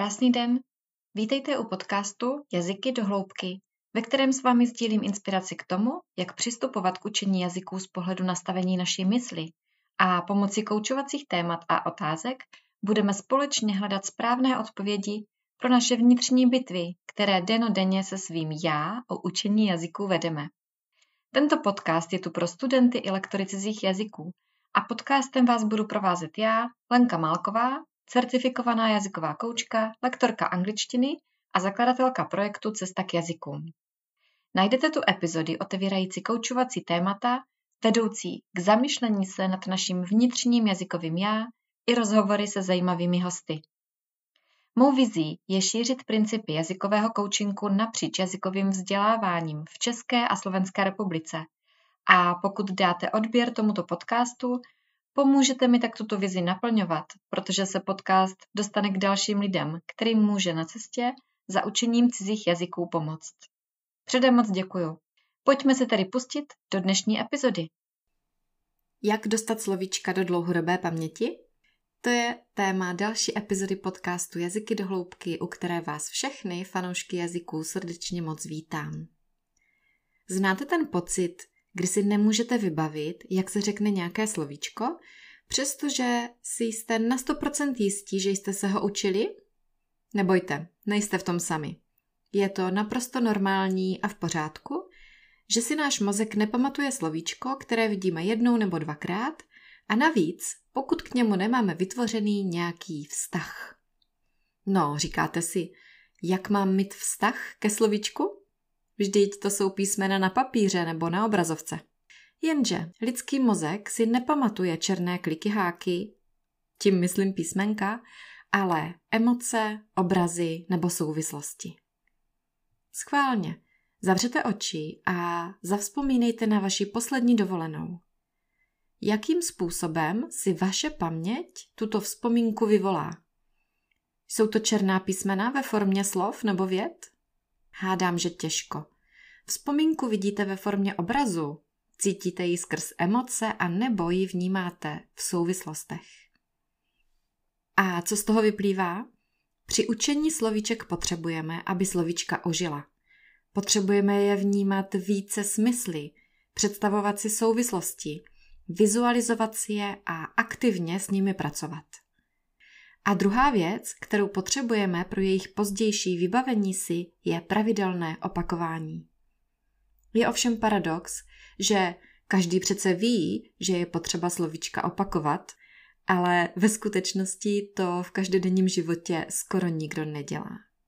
Krásný den, vítejte u podcastu Jazyky do hloubky, ve kterém s vámi sdílím inspiraci k tomu, jak přistupovat k učení jazyků z pohledu nastavení naší mysli a pomocí koučovacích témat a otázek budeme společně hledat správné odpovědi pro naše vnitřní bitvy, které dennodenně se svým já o učení jazyků vedeme. Tento podcast je tu pro studenty i lektory cizích jazyků a podcastem vás budu provázet já, Lenka Málková, certifikovaná jazyková koučka, lektorka angličtiny a zakladatelka projektu Cesta k jazykům. Najdete tu epizody otevírající koučovací témata, vedoucí k zamyšlení se nad naším vnitřním jazykovým já i rozhovory se zajímavými hosty. Mou vizí je šířit principy jazykového koučinku napříč jazykovým vzděláváním v České a Slovenské republice. A pokud dáte odběr tomuto podcastu, pomůžete mi tak tuto vizi naplňovat, protože se podcast dostane k dalším lidem, kterým může na cestě za učením cizích jazyků pomoct. Předem moc děkuju. Pojďme se tedy pustit do dnešní epizody. Jak dostat slovíčka do dlouhodobé paměti? To je téma další epizody podcastu Jazyky do hloubky, u které vás všechny fanoušky jazyků srdečně moc vítám. Znáte ten pocit, kdy si nemůžete vybavit, jak se řekne nějaké slovíčko, přestože si jste na 100% jistí, že jste se ho učili? Nebojte, nejste v tom sami. Je to naprosto normální a v pořádku, že si náš mozek nepamatuje slovíčko, které vidíme jednou nebo dvakrát, a navíc, pokud k němu nemáme vytvořený nějaký vztah. No, říkáte si, jak mám mít vztah ke slovíčku? Vždyť to jsou písmena na papíře nebo na obrazovce. Jenže lidský mozek si nepamatuje černé kliky-háky, tím myslím písmenka, ale emoce, obrazy nebo souvislosti. Schválně, zavřete oči a zavzpomínejte na vaši poslední dovolenou. Jakým způsobem si vaše paměť tuto vzpomínku vyvolá? Jsou to černá písmena ve formě slov nebo vět? Hádám, že těžko. Vzpomínku vidíte ve formě obrazu, cítíte ji skrz emoce a nebo ji vnímáte v souvislostech. A co z toho vyplývá? Při učení slovíček potřebujeme, aby slovíčka ožila. Potřebujeme je vnímat více smysly, představovat si souvislosti, vizualizovat si je a aktivně s nimi pracovat. A druhá věc, kterou potřebujeme pro jejich pozdější vybavení si, je pravidelné opakování. Je ovšem paradox, že každý přece ví, že je potřeba slovíčka opakovat, ale ve skutečnosti to v každodenním životě skoro nikdo nedělá.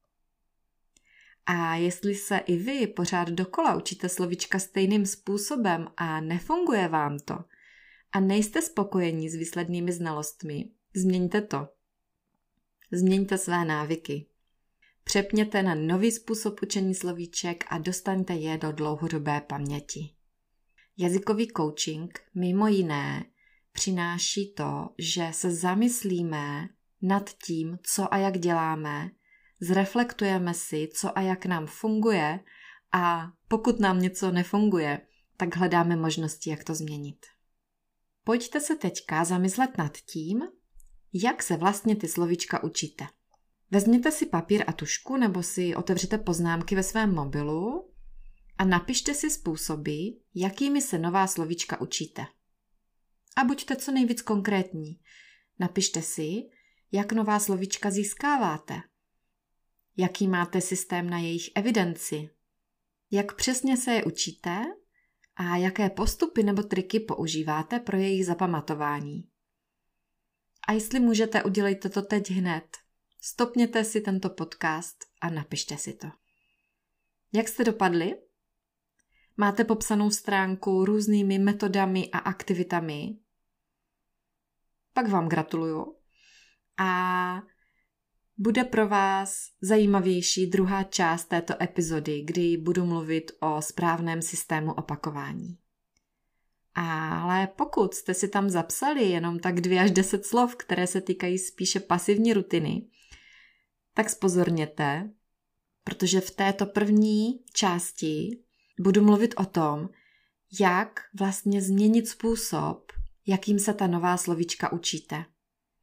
A jestli se i vy pořád dokola učíte slovíčka stejným způsobem a nefunguje vám to a nejste spokojení s výslednými znalostmi, změňte to. Změňte své návyky. Přepněte na nový způsob učení slovíček a dostaňte je do dlouhodobé paměti. Jazykový coaching mimo jiné přináší to, že se zamyslíme nad tím, co a jak děláme, zreflektujeme si, co a jak nám funguje a pokud nám něco nefunguje, tak hledáme možnosti, jak to změnit. Pojďte se teďka zamyslet nad tím, jak se vlastně ty slovíčka učíte. Vezměte si papír a tužku nebo si otevřete poznámky ve svém mobilu a napište si způsoby, jakými se nová slovíčka učíte. A buďte co nejvíc konkrétní. Napište si, jak nová slovíčka získáváte. Jaký máte systém na jejich evidenci. Jak přesně se je učíte a jaké postupy nebo triky používáte pro jejich zapamatování. A jestli můžete, udělejte to teď hned. Stopněte si tento podcast a napište si to. Jak jste dopadli? Máte popsanou stránku různými metodami a aktivitami? Pak vám gratuluju. A bude pro vás zajímavější druhá část této epizody, kdy budu mluvit o správném systému opakování. Ale pokud jste si tam zapsali jenom tak 2 až 10 slov, které se týkají spíše pasivní rutiny, tak zpozorněte, protože v této první části budu mluvit o tom, jak vlastně změnit způsob, jakým se ta nová slovíčka učíte.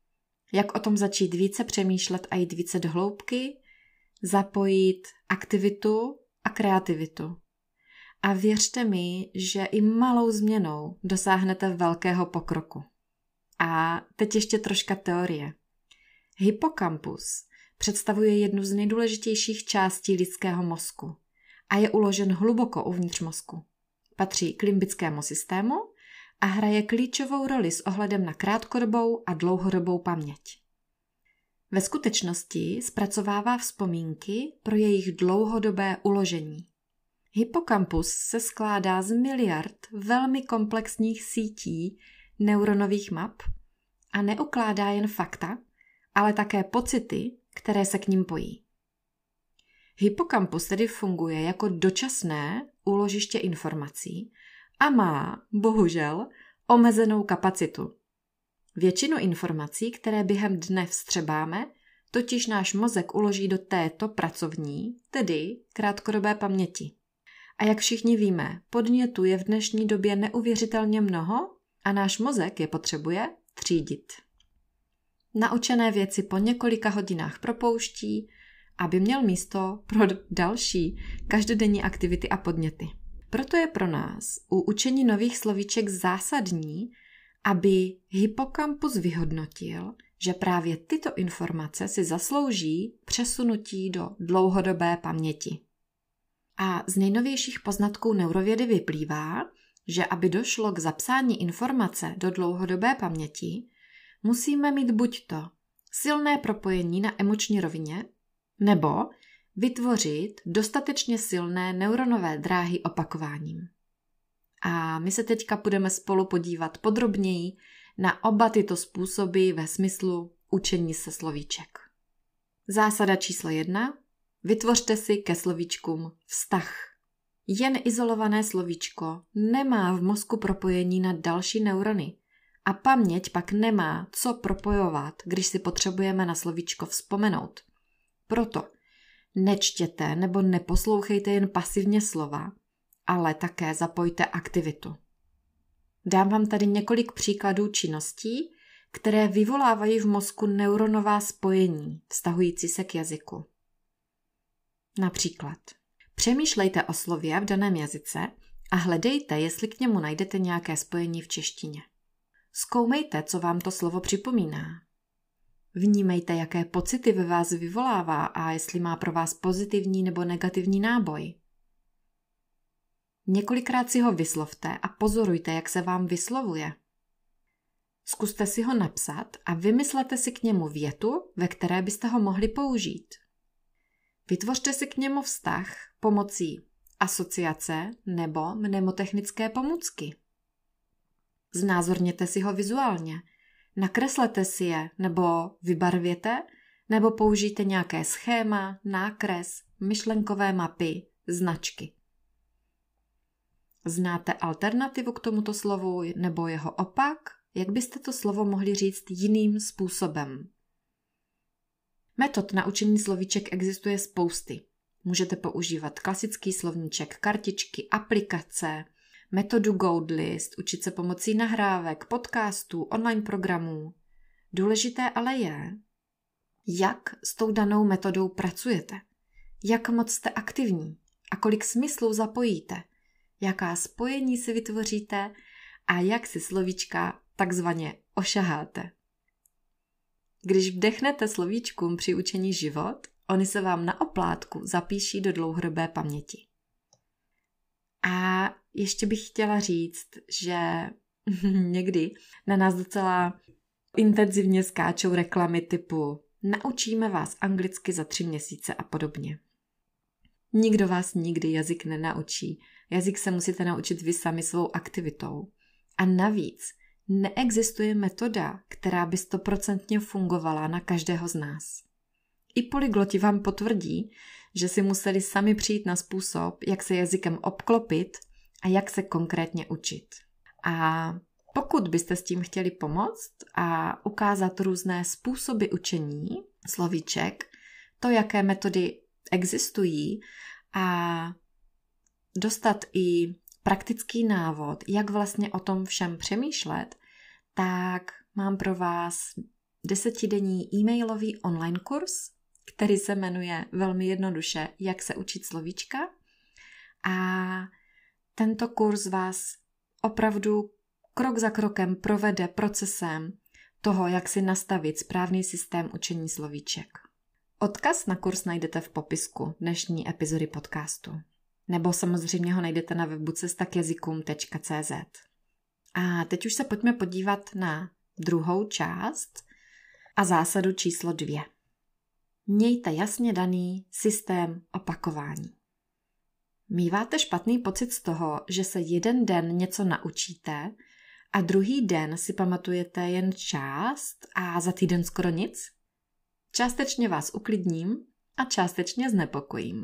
Jak o tom začít více přemýšlet a jít více do hloubky, zapojit aktivitu a kreativitu. A věřte mi, že i malou změnou dosáhnete velkého pokroku. A teď ještě troška teorie. Hypokampus představuje jednu z nejdůležitějších částí lidského mozku a je uložen hluboko uvnitř mozku. Patří k limbickému systému a hraje klíčovou roli s ohledem na krátkodobou a dlouhodobou paměť. Ve skutečnosti zpracovává vzpomínky pro jejich dlouhodobé uložení. Hypokampus se skládá z miliard velmi komplexních sítí neuronových map a neukládá jen fakta, ale také pocity, které se k ním pojí. Hypokampus tedy funguje jako dočasné úložiště informací a má, bohužel, omezenou kapacitu. Většinu informací, které během dne vstřebáme, totiž náš mozek uloží do této pracovní, tedy krátkodobé paměti. A jak všichni víme, podnětů je v dnešní době neuvěřitelně mnoho a náš mozek je potřebuje třídit. Naučené věci po několika hodinách propouští, aby měl místo pro další každodenní aktivity a podněty. Proto je pro nás u učení nových slovíček zásadní, aby hypokampus vyhodnotil, že právě tyto informace si zaslouží přesunutí do dlouhodobé paměti. A z nejnovějších poznatků neurovědy vyplývá, že aby došlo k zapsání informace do dlouhodobé paměti, musíme mít buď to silné propojení na emoční rovině, nebo vytvořit dostatečně silné neuronové dráhy opakováním. A my se teďka budeme spolu podívat podrobněji na oba tyto způsoby ve smyslu učení se slovíček. Zásada číslo 1. Vytvořte si ke slovíčkům vztah. Jen izolované slovíčko nemá v mozku propojení na další neurony a paměť pak nemá co propojovat, když si potřebujeme na slovíčko vzpomenout. Proto nečtěte nebo neposlouchejte jen pasivně slova, ale také zapojte aktivitu. Dám vám tady několik příkladů činností, které vyvolávají v mozku neuronová spojení, vztahující se k jazyku. Například, přemýšlejte o slově v daném jazyce a hledejte, jestli k němu najdete nějaké spojení v češtině. Zkoumejte, co vám to slovo připomíná. Vnímejte, jaké pocity ve vás vyvolává a jestli má pro vás pozitivní nebo negativní náboj. Několikrát si ho vyslovte a pozorujte, jak se vám vyslovuje. Zkuste si ho napsat a vymyslete si k němu větu, ve které byste ho mohli použít. Vytvořte si k němu vztah pomocí asociace nebo mnemotechnické pomůcky. Znázorněte si ho vizuálně, nakreslete si je nebo vybarvěte, nebo použijte nějaké schéma, nákres, myšlenkové mapy, značky. Znáte alternativu k tomuto slovu nebo jeho opak? Jak byste to slovo mohli říct jiným způsobem? Metod na učení slovíček existuje spousty. Můžete používat klasický slovníček, kartičky, aplikace, metodu Goldlist, učit se pomocí nahrávek, podcastů, online programů. Důležité ale je, jak s tou danou metodou pracujete, jak moc jste aktivní a kolik smyslů zapojíte, jaká spojení si vytvoříte a jak si slovíčka takzvaně ošaháte. Když vdechnete slovíčkům při učení život, oni se vám na oplátku zapíší do dlouhodobé paměti. A ještě bych chtěla říct, že někdy na nás docela intenzivně skáčou reklamy typu naučíme vás anglicky za 3 měsíce a podobně. Nikdo vás nikdy jazyk nenaučí. Jazyk se musíte naučit vy sami svou aktivitou. A navíc neexistuje metoda, která by 100% fungovala na každého z nás. I polygloti vám potvrdí, že si museli sami přijít na způsob, jak se jazykem obklopit a jak se konkrétně učit. A pokud byste s tím chtěli pomoct a ukázat různé způsoby učení slovíček, to, jaké metody existují a dostat i praktický návod, jak vlastně o tom všem přemýšlet, tak mám pro vás 10denní e-mailový online kurz, který se jmenuje velmi jednoduše Jak se učit slovíčka. A tento kurz vás opravdu krok za krokem provede procesem toho, jak si nastavit správný systém učení slovíček. Odkaz na kurz najdete v popisku dnešní epizody podcastu. Nebo samozřejmě ho najdete na webu cestakjazykům.cz. A teď už se pojďme podívat na druhou část a zásadu číslo 2. Mějte jasně daný systém opakování. Míváte špatný pocit z toho, že se jeden den něco naučíte a druhý den si pamatujete jen část a za týden skoro nic? Částečně vás uklidním a částečně znepokojím.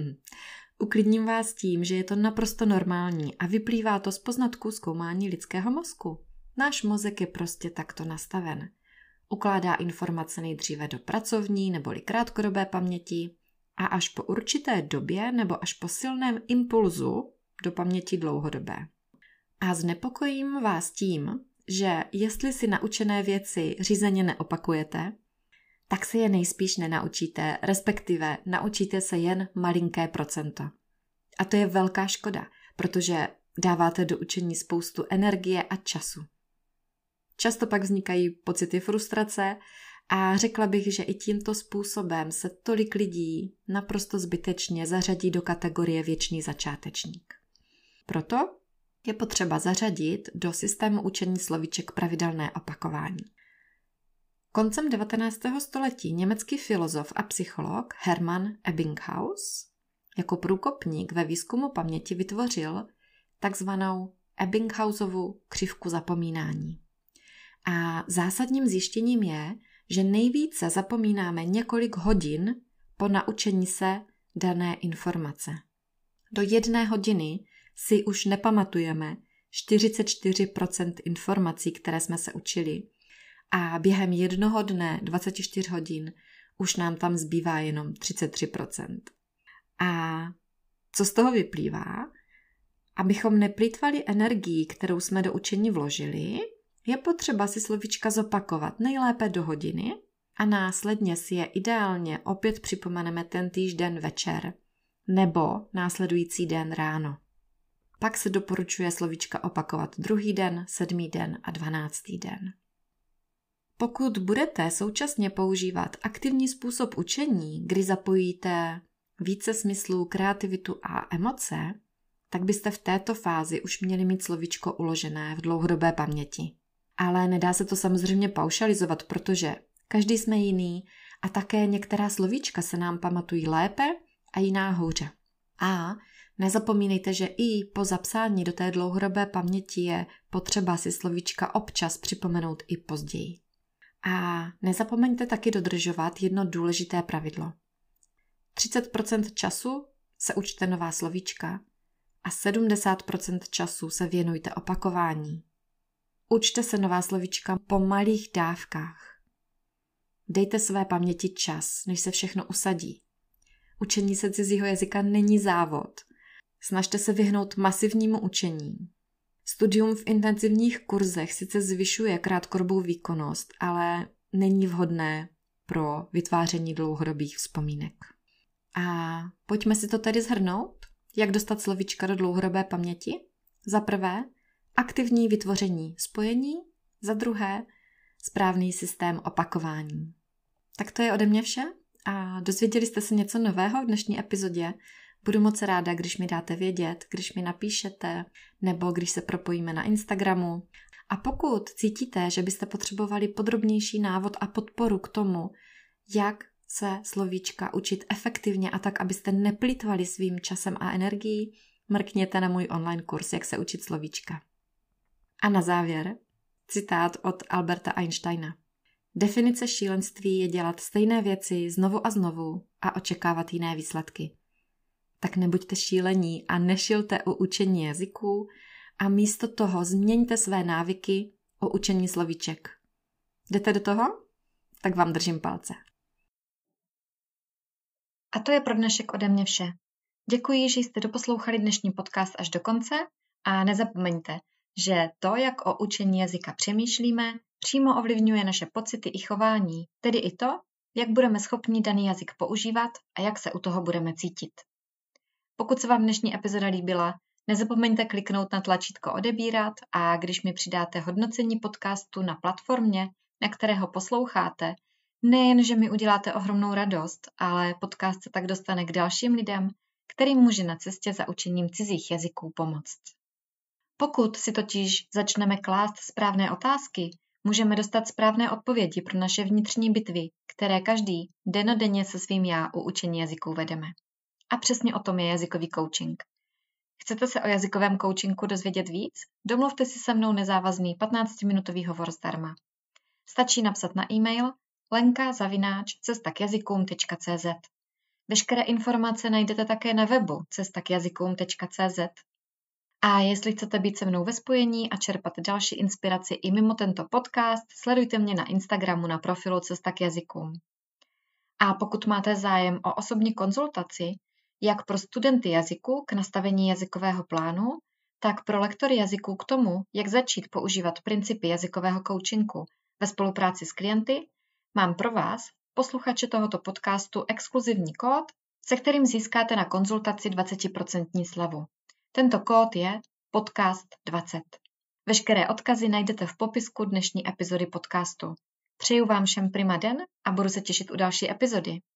Uklidním vás tím, že je to naprosto normální a vyplývá to z poznatků zkoumání lidského mozku. Náš mozek je prostě takto nastaven. Ukládá informace nejdříve do pracovní neboli krátkodobé paměti a až po určité době nebo až po silném impulzu do paměti dlouhodobé. A znepokojím vás tím, že jestli si naučené věci řízeně neopakujete, tak se je nejspíš nenaučíte, respektive naučíte se jen malinké procento. A to je velká škoda, protože dáváte do učení spoustu energie a času. Často pak vznikají pocity frustrace a řekla bych, že i tímto způsobem se tolik lidí naprosto zbytečně zařadí do kategorie věčný začátečník. Proto je potřeba zařadit do systému učení slovíček pravidelné opakování. Koncem 19. století německý filozof a psycholog Hermann Ebbinghaus jako průkopník ve výzkumu paměti vytvořil takzvanou Ebbinghausovu křivku zapomínání. A zásadním zjištěním je, že nejvíce zapomínáme několik hodin po naučení se dané informace. Do 1 hodiny si už nepamatujeme 44% informací, které jsme se učili, a během 1 dne 24 hodin už nám tam zbývá jenom 33%. A co z toho vyplývá? Abychom neplýtvali energií, kterou jsme do učení vložili, je potřeba si slovíčka zopakovat nejlépe do hodiny a následně si je ideálně opět připomeneme tentýž den večer nebo následující den ráno. Pak se doporučuje slovíčka opakovat 2. den, 7. den a 12. den. Pokud budete současně používat aktivní způsob učení, kdy zapojíte více smyslů, kreativitu a emoce, tak byste v této fázi už měli mít slovíčko uložené v dlouhodobé paměti. Ale nedá se to samozřejmě paušalizovat, protože každý jsme jiný a také některá slovíčka se nám pamatují lépe a jiná hůře. A nezapomínejte, že i po zapsání do té dlouhodobé paměti je potřeba si slovíčka občas připomenout i později. A nezapomeňte taky dodržovat jedno důležité pravidlo. 30% času se učte nová slovíčka a 70% času se věnujte opakování. Učte se nová slovíčka po malých dávkách. Dejte své paměti čas, než se všechno usadí. Učení se cizího jazyka není závod. Snažte se vyhnout masivnímu učení. Studium v intenzivních kurzech sice zvyšuje krátkodobou výkonnost, ale není vhodné pro vytváření dlouhodobých vzpomínek. A pojďme si to tedy shrnout. Jak dostat slovíčka do dlouhodobé paměti? Za prvé, aktivní vytvoření spojení, za druhé, správný systém opakování. Tak to je ode mě vše a dozvěděli jste se něco nového v dnešní epizodě. Budu moc ráda, když mi dáte vědět, když mi napíšete nebo když se propojíme na Instagramu. A pokud cítíte, že byste potřebovali podrobnější návod a podporu k tomu, jak se slovíčka učit efektivně a tak, abyste neplýtvali svým časem a energií, mrkněte na můj online kurz Jak se učit slovíčka. A na závěr citát od Alberta Einsteina. Definice šílenství je dělat stejné věci znovu a znovu a očekávat jiné výsledky. Tak nebuďte šílení a nešilte u učení jazyků a místo toho změňte své návyky o učení slovíček. Jdete do toho? Tak vám držím palce. A to je pro dnešek ode mě vše. Děkuji, že jste doposlouchali dnešní podcast až do konce a nezapomeňte, že to, jak o učení jazyka přemýšlíme, přímo ovlivňuje naše pocity i chování, tedy i to, jak budeme schopni daný jazyk používat a jak se u toho budeme cítit. Pokud se vám dnešní epizoda líbila, nezapomeňte kliknout na tlačítko odebírat a když mi přidáte hodnocení podcastu na platformě, na které ho posloucháte, nejen, že mi uděláte ohromnou radost, ale podcast se tak dostane k dalším lidem, kterým může na cestě za učením cizích jazyků pomoct. Pokud si totiž začneme klást správné otázky, můžeme dostat správné odpovědi pro naše vnitřní bitvy, které každý dennodenně se svým já u učení jazyků vedeme. A přesně o tom je jazykový coaching. Chcete se o jazykovém coachingu dozvědět víc? Domluvte si se mnou nezávazný 15-minutový hovor zdarma. Stačí napsat na e-mail lenka@cestakjazykům.cz. Veškeré informace najdete také na webu cestakjazykům.cz. A jestli chcete být se mnou ve spojení a čerpat další inspiraci i mimo tento podcast, sledujte mě na Instagramu na profilu Cesta k jazykům. A pokud máte zájem o osobní konzultaci, jak pro studenty jazyku k nastavení jazykového plánu, tak pro lektory jazyků k tomu, jak začít používat principy jazykového coachingu ve spolupráci s klienty, mám pro vás, posluchače tohoto podcastu, exkluzivní kód, se kterým získáte na konzultaci 20% slevu. Tento kód je podcast20. Veškeré odkazy najdete v popisku dnešní epizody podcastu. Přeju vám všem prima den a budu se těšit u další epizody.